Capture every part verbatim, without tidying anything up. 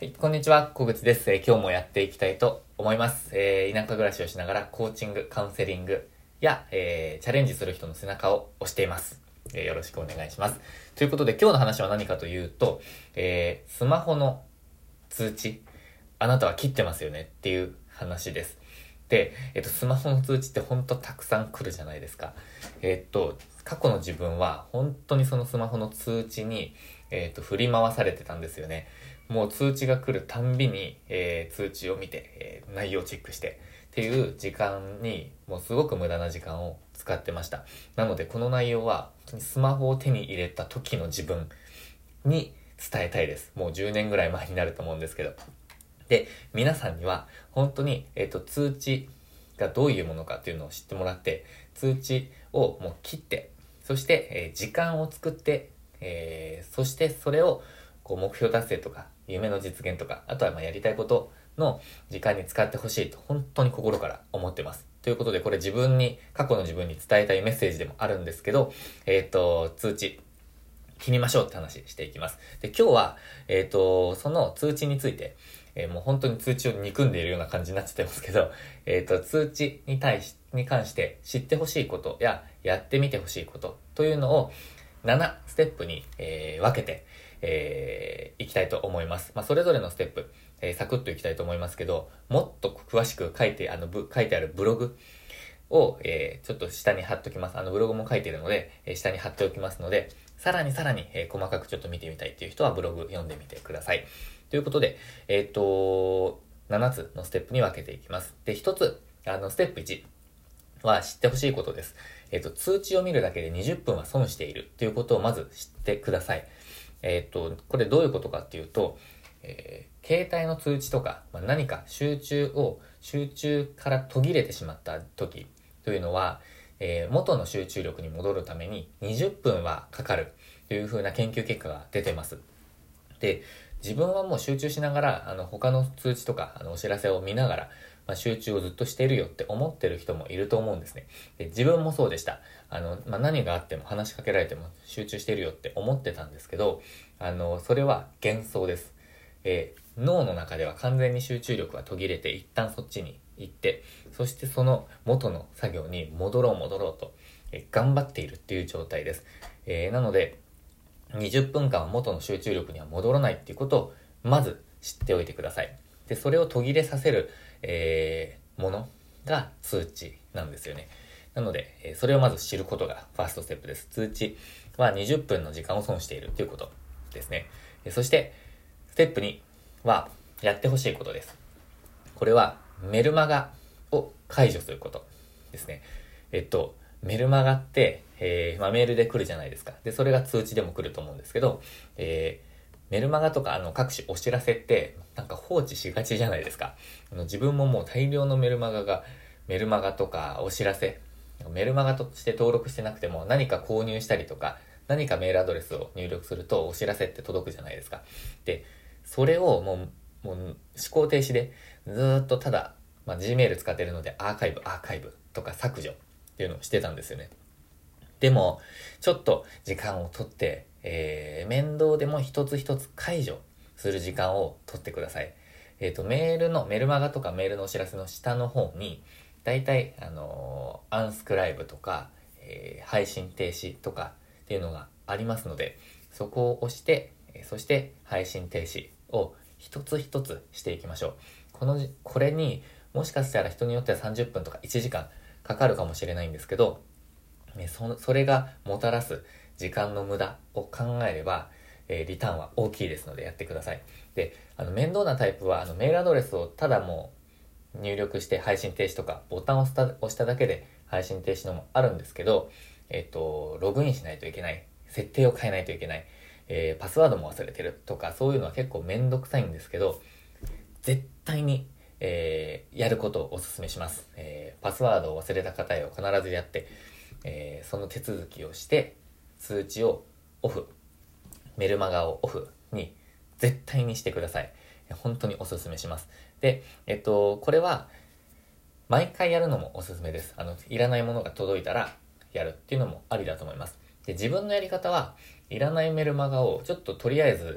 はい、こんにちは、小口です。えー今日もやっていきたいと思います。えー田舎暮らしをしながらコーチング、カウンセリングや、えーチャレンジする人の背中を押しています。えーよろしくお願いします。ということで今日の話は何かというと、えースマホの通知、あなたは切ってますよねっていう話です。で、えっと、スマホの通知ってほんとたくさん来るじゃないですか。えっと、過去の自分は本当にそのスマホの通知に、えっと、振り回されてたんですよね。もう通知が来るたんびに、えー通知を見て、えー内容をチェックしてっていう時間に、もうすごく無駄な時間を使ってました。なので、この内容は、本当にスマホを手に入れた時の自分に伝えたいです。もうじゅうねんぐらい前になると思うんですけど。で、皆さんには本当に、えっと、通知がどういうものかっていうのを知ってもらって、通知をもう切って、そして、えー時間を作って、えーそしてそれをこう目標達成とか、夢の実現とか、あとはまあやりたいことの時間に使ってほしいと本当に心から思ってます。ということで、これ自分に、過去の自分に伝えたいメッセージでもあるんですけど、えっと、通知、切りましょうって話していきます。で、今日は、えっと、その通知について、えーもう本当に通知を憎んでいるような感じになっちゃってますけど、えっと、通知に対し、に関して知ってほしいことややってみてほしいことというのをななステップに、えー分けて、えーいきたいと思います。まあ、それぞれのステップ、えーサクッといきたいと思いますけど、もっと詳しく書いて、あの、ぶ書いてあるブログを、えーちょっと下に貼っときます。あの、ブログも書いているので、えー下に貼っておきますので、さらにさらに、えー細かくちょっと見てみたいっていう人はブログ読んでみてください。ということで、えっと、ななつのステップに分けていきます。で、ひとつ、あの、ステップいちは知ってほしいことです。えっと、通知を見るだけでにじゅっぷんは損しているということをまず知ってください。えっと、これどういうことかっていうと、えー携帯の通知とか、まあ、何か集中を、集中から途切れてしまった時というのは、えー元の集中力に戻るためににじゅっぷんはかかるというふうな研究結果が出てます。で、自分はもう集中しながら、あの、他の通知とか、あの、お知らせを見ながら、まあ、集中をずっとしているよって思ってる人もいると思うんですね。で、自分もそうでした。あの、まあ、何があっても話しかけられても集中しているよって思ってたんですけど、あの、それは幻想です。えー脳の中では完全に集中力は途切れて、一旦そっちに行って、そしてその元の作業に戻ろう戻ろうと、えー頑張っているっていう状態です。えーなので、にじゅっぷんかんは元の集中力には戻らないっていうことをまず知っておいてください。で、それを途切れさせる、えーものが通知なんですよね。なので、えーそれをまず知ることがファーストステップです。通知はにじゅっぷんの時間を損しているということですね。えーそして、ステップにはやってほしいことです。これはメルマガを解除することですね。えっと、メルマガって、えーまあ、メールで来るじゃないですか。で、それが通知でも来ると思うんですけど、えーメルマガとかあの各種お知らせってなんか放置しがちじゃないですか。あの自分ももう大量のメルマガが、メルマガとかお知らせ、メルマガとして登録してなくても何か購入したりとか、何かメールアドレスを入力するとお知らせって届くじゃないですか。で、それをもう、もう思考停止でずーっとただ、まあ、Gmail 使ってるのでアーカイブ、アーカイブとか削除っていうのをしてたんですよね。でも、ちょっと時間をとって、えー、面倒でも一つ一つ解除する時間をとってください。えっと、メールの、メルマガとかメールのお知らせの下の方に、だいたい、あのーアンスクライブとか、えー配信停止とかっていうのがありますので、そこを押して、えーそして配信停止を一つ一つしていきましょう。このじ、これにもしかしたら人によってはさんじゅっぷんとかいちじかんかかるかもしれないんですけど、ねそ、それがもたらす時間の無駄を考えれば、えーリターンは大きいですのでやってください。で、あの面倒なタイプはあのメールアドレスをただもう入力して配信停止とかボタンを押した押しただけで配信停止のもあるんですけど、えっと、ログインしないといけない。設定を変えないといけない。えーパスワードも忘れてるとか、そういうのは結構めんどくさいんですけど、絶対に、えーやることをお勧めします。えーパスワードを忘れた方へを必ずやって、えーその手続きをして、通知をオフ、メルマガをオフに絶対にしてください。本当にお勧めします。で、えっと、これは、毎回やるのもおすすめです。あの、いらないものが届いたらやるっていうのもありだと思います。で、自分のやり方は、いらないメルマガをちょっととりあえず、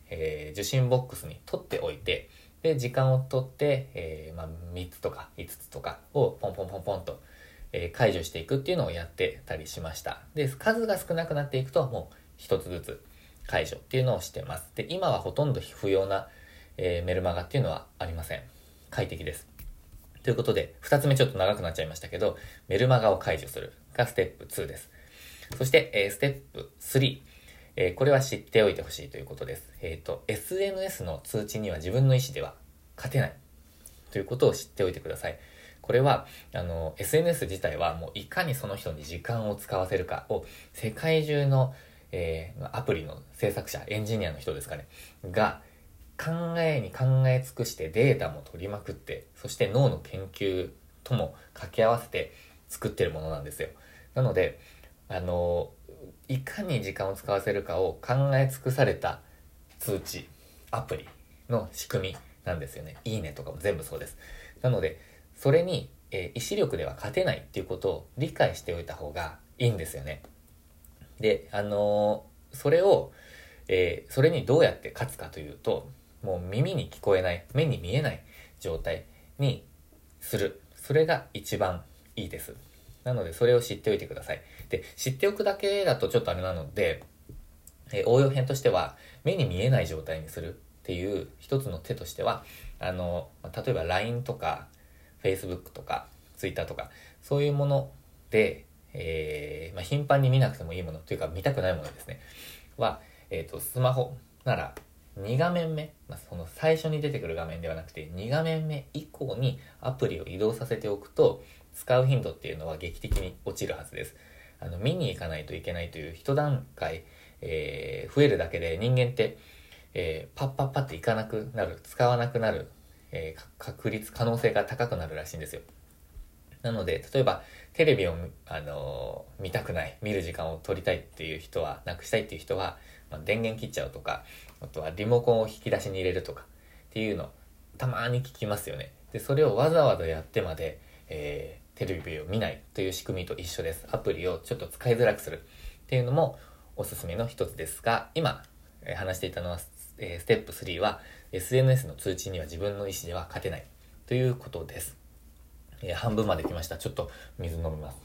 えー、受信ボックスに取っておいて、で時間を取って、えーまあ、みっつとかいつつとかをポンポンポンポンと、えー、解除していくっていうのをやってたりしました。で数が少なくなっていくともう一つずつ解除っていうのをしてます。で今はほとんど不要な、えー、メルマガっていうのはありません。快適です。ということでふたつめちょっと長くなっちゃいましたけど、メルマガを解除するがステップツーです。そして、えー、ステップスリー、えー、これは知っておいてほしいということです。えっと エスエヌエス の通知には自分の意思では勝てないということを知っておいてください。これはあの エスエヌエス 自体はもういかにその人に時間を使わせるかを世界中の、えー、アプリの制作者、エンジニアの人ですかねが考えに考え尽くしてデータも取りまくって、そして脳の研究とも掛け合わせて作ってるものなんですよ。なのであのいかに時間を使わせるかを考え尽くされた通知アプリの仕組みなんですよね。いいねとかも全部そうです。なのでそれに、えー、意志力では勝てないっていうことを理解しておいた方がいいんですよね。であのー、それを、えー、それにどうやって勝つかというと、もう耳に聞こえない、目に見えない状態にする。それが一番いいです。なのでそれを知っておいてください。で知っておくだけだとちょっとあれなので、えー、応用編としては目に見えない状態にするっていう一つの手としては、あの例えば ライン とか Facebook とか Twitter とかそういうもので、えーまあ、頻繁に見なくてもいいものというか見たくないものですねは、えーと、スマホならに画面目、まあ、その最初に出てくる画面ではなくてに画面目以降にアプリを移動させておくと使う頻度っていうのは劇的に落ちるはずです。あの見に行かないといけないという一段階、えー、増えるだけで人間って、えー、パッパッパっていかなくなる、使わなくなる、えー、確率可能性が高くなるらしいんですよ。なので例えばテレビを、あのー、見たくない、見る時間を取りたいっていう人は、なくしたいっていう人は、まあ、電源切っちゃうとか、あとはリモコンを引き出しに入れるとかっていうのたまに聞きますよね。でそれをわざわざやってまで、えー、テレビを見ないという仕組みと一緒です。アプリをちょっと使いづらくするっていうのもおすすめの一つですが、今、えー、話していたのは、えー、ステップスリーは エスエヌエス の通知には自分の意思では勝てないということです。えー、半分まで来ました。ちょっと水飲みます。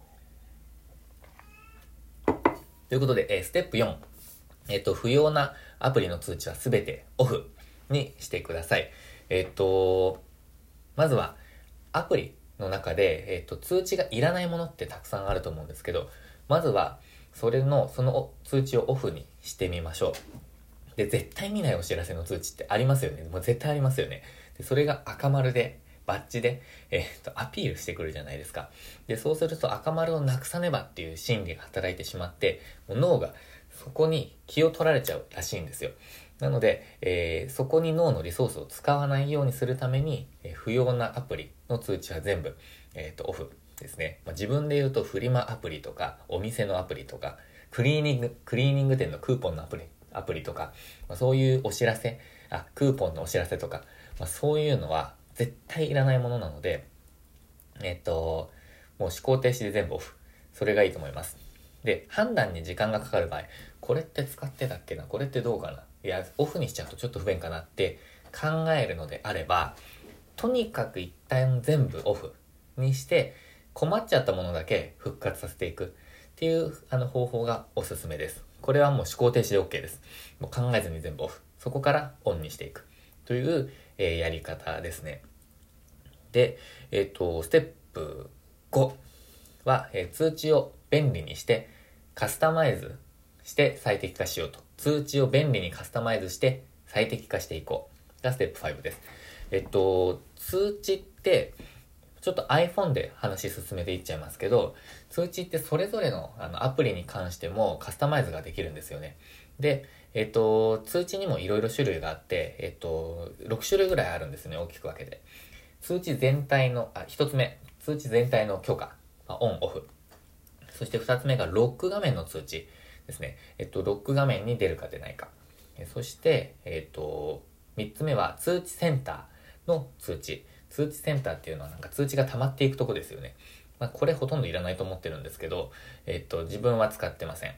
ということで、えー、ステップよん、えっと、不要なアプリの通知はすべてオフにしてください。えっと、まずはアプリの中で、えっと、通知がいらないものってたくさんあると思うんですけど、まずはそれの、その通知をオフにしてみましょう。で、絶対見ないお知らせの通知ってありますよね。もう絶対ありますよね。で、それが赤丸で、バッジで、えー、っと、アピールしてくるじゃないですか。で、そうすると赤丸をなくさねばっていう心理が働いてしまって、もう脳がそこに気を取られちゃうらしいんですよ。なので、えー、そこに脳のリソースを使わないようにするために、えー、不要なアプリの通知は全部、えー、っと、オフですね。まあ、自分で言うとフリマアプリとか、お店のアプリとか、クリーニング、クリーニング店のクーポンのアプリ、アプリとか、まあ、そういうお知らせ、あ、クーポンのお知らせとか、まあ、そういうのは絶対いらないものなので、えっと、もう思考停止で全部オフ。それがいいと思います。で、判断に時間がかかる場合、これって使ってたっけな、これってどうかな、いや、オフにしちゃうとちょっと不便かなって考えるのであれば、とにかく一旦全部オフにして、困っちゃったものだけ復活させていくっていうあの方法がおすすめです。これはもう思考停止で OK です。もう考えずに全部オフ。そこからオンにしていくという、えー、やり方ですね。で、えっと、ステップごは、えー、通知を便利にしてカスタマイズして最適化しようと。通知を便利にカスタマイズして最適化していこうがステップごです。えっと、通知ってちょっと iPhone で話進めていっちゃいますけど、通知ってそれぞれの、あのアプリに関してもカスタマイズができるんですよね。で、えっと、通知にもいろいろ種類があって、えっと、ろく種類ぐらいあるんですね、大きく分けて。通知全体の、あ、一つ目、通知全体の許可、まあ、オン、オフ。そして二つ目がロック画面の通知ですね。えっと、ロック画面に出るか出ないか。そして、えっと、三つ目は通知センターの通知。通知センターっていうのはなんか通知が溜まっていくとこですよね。まあ、これほとんどいらないと思ってるんですけど、えっと、自分は使ってません。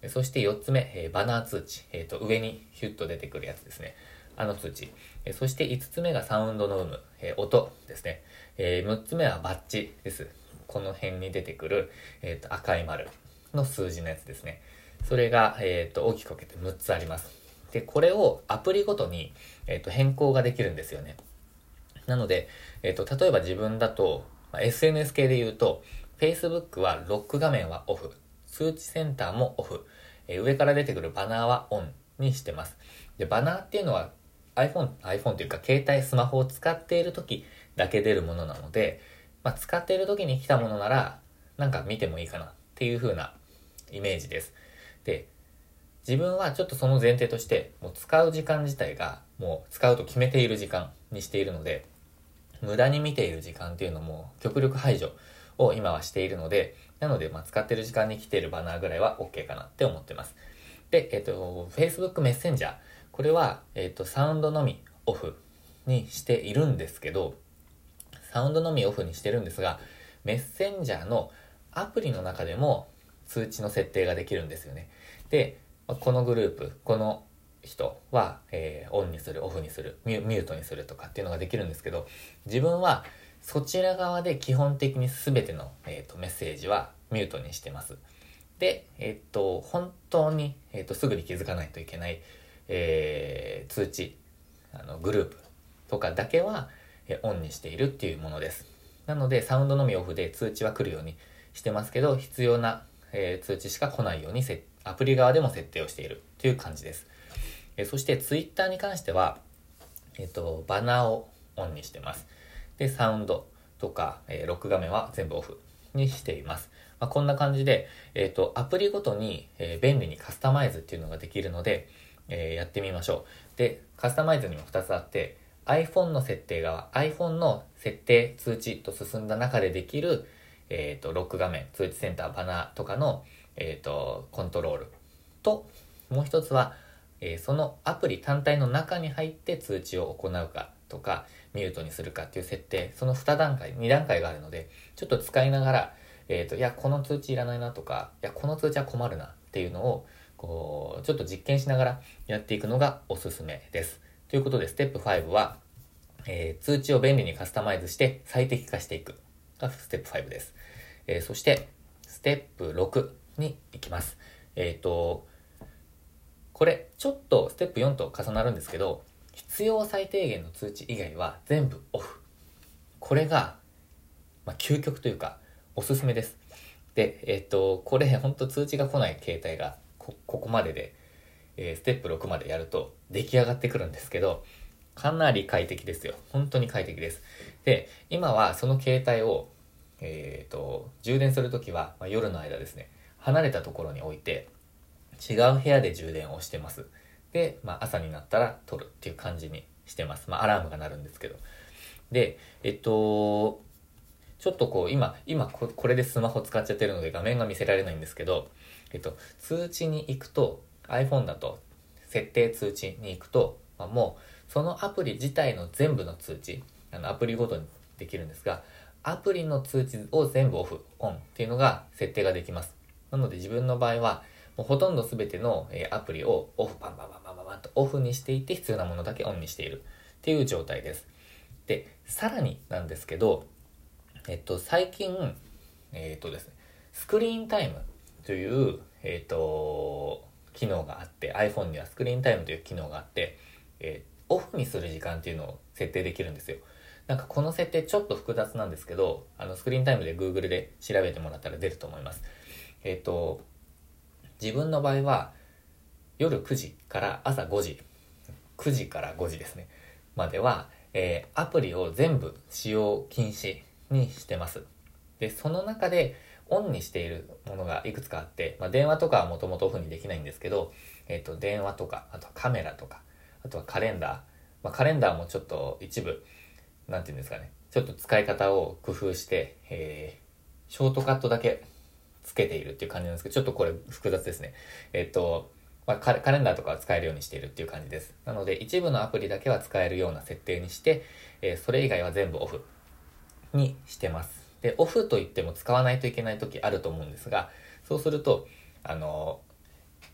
そしてよっつめ、えー、バナー通知、えーと、上にヒュッと出てくるやつですね。あの通知。えー、そしていつつめがサウンドの有無、えー、音ですね。えー、むっつめはバッジです。この辺に出てくる、えーと、赤い丸の数字のやつですね。それが、えーと、大きく分けてむっつあります。で、これをアプリごとに、えーと、変更ができるんですよね。なので、えーと、例えば自分だと、まあ、エスエヌエス 系で言うと、Facebook はロック画面はオフ、通知センターもオフ、えー、上から出てくるバナーはオンにしてます。で、バナーっていうのは iPhone、iPhone というか携帯、スマホを使っている時だけ出るものなので、まあ、使っている時に来たものなら、なんか見てもいいかなっていう風なイメージです。で、自分はちょっとその前提として、もう使う時間自体がもう使うと決めている時間にしているので、無駄に見ている時間っていうのも極力排除を今はしているので、なのでまあ使っている時間に来ているバナーぐらいは OK かなって思ってます。で、えっと、Facebook メッセンジャー、これは、えっと、サウンドのみオフにしているんですけど、サウンドのみオフにしてるんですが、メッセンジャーのアプリの中でも通知の設定ができるんですよね。で、このグループ、この人は、えー、オンにする、オフにする、ミュ、ミュートにするとかっていうのができるんですけど、自分はそちら側で基本的に全ての、えーと、メッセージはミュートにしてます。で、えっと、本当に、えっと、すぐに気づかないといけない、えー、通知、あの、グループとかだけは、えー、オンにしているっていうものです。なので、サウンドのみオフで通知は来るようにしてますけど、必要な、えー、通知しか来ないようにせアプリ側でも設定をしているという感じです。えー、そして、ツイッターに関しては、えっと、バナーをオンにしてます。で、サウンドとか、えー、ロック画面は全部オフにしています。まあ、こんな感じで、えっと、アプリごとに、えー、便利にカスタマイズっていうのができるので、えー、やってみましょう。で、カスタマイズにもふたつあって、iPhone の設定側、iPhone の設定通知と進んだ中でできる、えっと、ロック画面、通知センター、バナーとかの、えっと、コントロールと、もう一つは、えー、そのアプリ単体の中に入って通知を行うかとか、ミュートにするかっていう設定、そのに段階、に段階があるので、ちょっと使いながら、えっと、いや、この通知いらないなとか、いや、この通知は困るなっていうのを、こう、ちょっと実験しながらやっていくのがおすすめです。ということで、ステップごは、えー、通知を便利にカスタマイズして最適化していくがステップごです。えー、そして、ステップろくに行きます。えっと、これ、ちょっとステップよんと重なるんですけど、必要最低限の通知以外は全部オフ。これが、まあ、究極というか、おすすめです。で、えっと、これ、ほんと通知が来ない携帯がこ、ここまでで、えー、ステップろくまでやると出来上がってくるんですけど、かなり快適ですよ。本当に快適です。で、今はその携帯を、えっと、充電するときは、まあ、夜の間ですね、離れたところに置いて、違う部屋で充電をしてます。で、まあ、朝になったら撮るっていう感じにしてます。まあ、アラームが鳴るんですけど。で、えっと、ちょっとこう、今、今こ、これでスマホ使っちゃってるので画面が見せられないんですけど、えっと、通知に行くと、iPhone だと、設定通知に行くと、まあ、もう、そのアプリ自体の全部の通知、あの、アプリごとにできるんですが、アプリの通知を全部オフ、オンっていうのが設定ができます。なので自分の場合は、もうほとんど全ての、えー、アプリをオフ、バンバンバンバンバンバンとオフにしていて必要なものだけオンにしているっていう状態です。で、さらになんですけど、えっと、最近、えっとですね、スクリーンタイムという、えっと、機能があって、iPhone にはスクリーンタイムという機能があって、えー、オフにする時間っていうのを設定できるんですよ。なんかこの設定ちょっと複雑なんですけど、あのスクリーンタイムで Google で調べてもらったら出ると思います。えっと、自分の場合は夜くじから朝ごじ、くじからごじですね、までは、えー、アプリを全部使用禁止にしてます。で、その中でオンにしているものがいくつかあって、まあ、電話とかはもともとオフにできないんですけど、えっと、電話とか、あとはカメラとか、あとはカレンダー、まあ、カレンダーもちょっと一部、なんていうんですかね、ちょっと使い方を工夫して、えー、ショートカットだけつけているっていう感じなんですけど、ちょっとこれ複雑ですね。えっと、まあ、カレンダーとかは使えるようにしているっていう感じです。なので一部のアプリだけは使えるような設定にして、えー、それ以外は全部オフにしてます。で、オフといっても使わないといけない時あると思うんですが、そうすると、あの、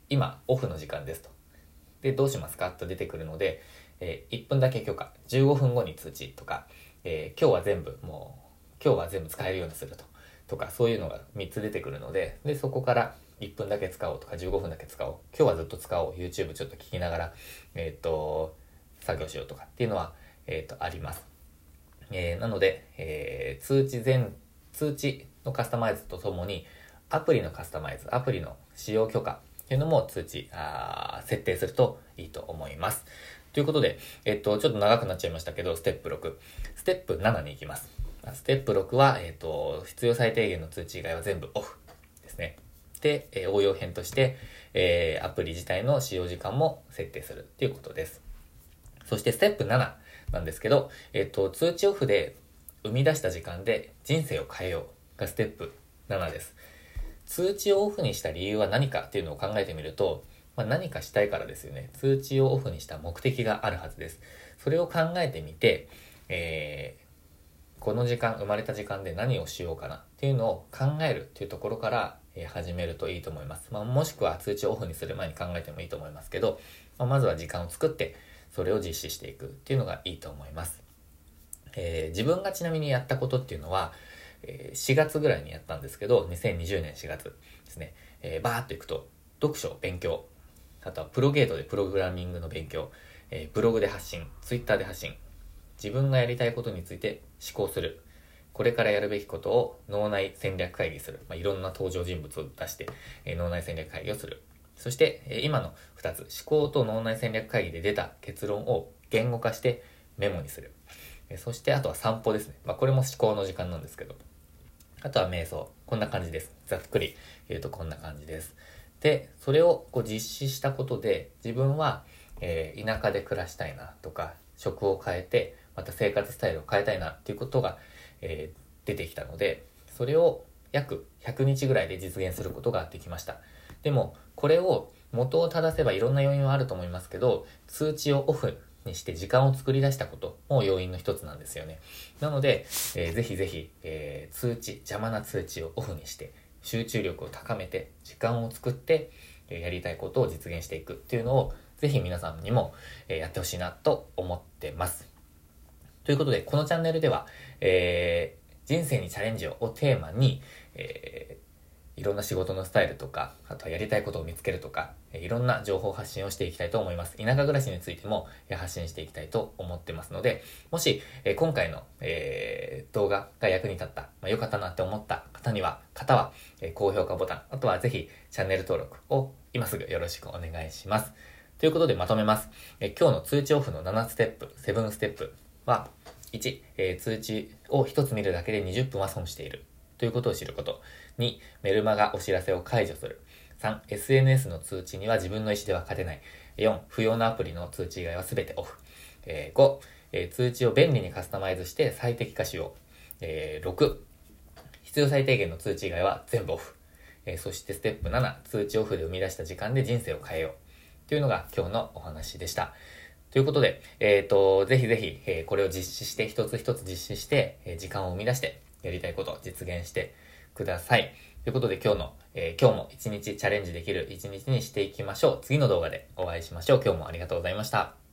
今オフの時間ですと。で、どうしますかと出てくるので、えー、いっぷんだけ許可、じゅうごふんごに通知とか、えー、今日は全部もう、今日は全部使えるようにすると。とか、そういうのがみっつ出てくるので、で、そこからいっぷんだけ使おうとか、じゅうごふんだけ使おう。今日はずっと使おう。YouTube ちょっと聞きながら、えっと、作業しようとかっていうのは、えっと、あります。えー、なので、えー、通知全、通知のカスタマイズとともに、アプリのカスタマイズ、アプリの使用許可っていうのも通知、あ設定するといいと思います。ということで、えっと、ちょっと長くなっちゃいましたけど、ステップろく。ステップななに行きます。ステップろくは、えっと、必要最低限の通知以外は全部オフですね。で、えー、応用編として、えー、アプリ自体の使用時間も設定するっていうことです。そしてステップなななんですけど、えっと、通知オフで生み出した時間で人生を変えようがステップななです。通知をオフにした理由は何かっていうのを考えてみると、まあ、何かしたいからですよね。通知をオフにした目的があるはずです。それを考えてみて、えー、この時間、生まれた時間で何をしようかなっていうのを考えるっていうところから、えー、始めるといいと思います。まあ、もしくは通知をオフにする前に考えてもいいと思いますけど、まあ、まずは時間を作ってそれを実施していくっていうのがいいと思います。えー、自分がちなみにやったことっていうのは、えー、しがつぐらいにやったんですけど、にせんにじゅうねんしがつですね、えー、バーっといくと、読書、勉強、あとはプロゲートでプログラミングの勉強、えー、ブログで発信、ツイッターで発信、自分がやりたいことについて思考する、これからやるべきことを脳内戦略会議する、まあ、いろんな登場人物を出して、えー、脳内戦略会議をする。そして、えー、今のふたつ、思考と脳内戦略会議で出た結論を言語化してメモにする。えー、そしてあとは散歩ですね。まあ、これも思考の時間なんですけど。あとは瞑想。こんな感じです。ざっくり言うとこんな感じです。で、それをこう実施したことで自分は、えー、田舎で暮らしたいなとか、職を変えて、また生活スタイルを変えたいなっていうことが、えー、出てきたので、それを約ひゃくにちぐらいで実現することができました。でも、これを元を正せばいろんな要因はあると思いますけど、通知をオフにして時間を作り出したことも要因の一つなんですよね。なので、えー、ぜひぜひ、えー、通知、邪魔な通知をオフにして、集中力を高めて、時間を作って、えー、やりたいことを実現していくっていうのを、ぜひ皆さんにも、えー、やってほしいなと思ってます。ということで、このチャンネルでは、えー、人生にチャレンジををテーマに、えー、いろんな仕事のスタイルとか、あとはやりたいことを見つけるとか、いろんな情報発信をしていきたいと思います。田舎暮らしについても発信していきたいと思ってますので、もし、えー、今回の、えー、動画が役に立った、まあ、良かったなって思った方には、方は、えー、高評価ボタン、あとはぜひチャンネル登録を今すぐよろしくお願いします。ということでまとめます。えー、今日の通知オフのななステップ、ななステップは、いち、えー、通知をひとつ見るだけでにじゅっぷんは損しているということを知ること。に、メルマガお知らせを解除する。さん、エスエヌエス の通知には自分の意思では勝てない。よん、不要なアプリの通知以外はすべてオフ。えー、ご、えー、通知を便利にカスタマイズして最適化しよう。えー、ろく、必要最低限の通知以外は全部オフ。えー、そしてステップなな、通知オフで生み出した時間で人生を変えよう。というのが今日のお話でした。ということで、えっと、ぜひぜひ、えー、これを実施して、一つ一つ実施して、えー、時間を生み出して、やりたいことを実現してください。ということで今日の、えー、今日も一日チャレンジできる一日にしていきましょう。次の動画でお会いしましょう。今日もありがとうございました。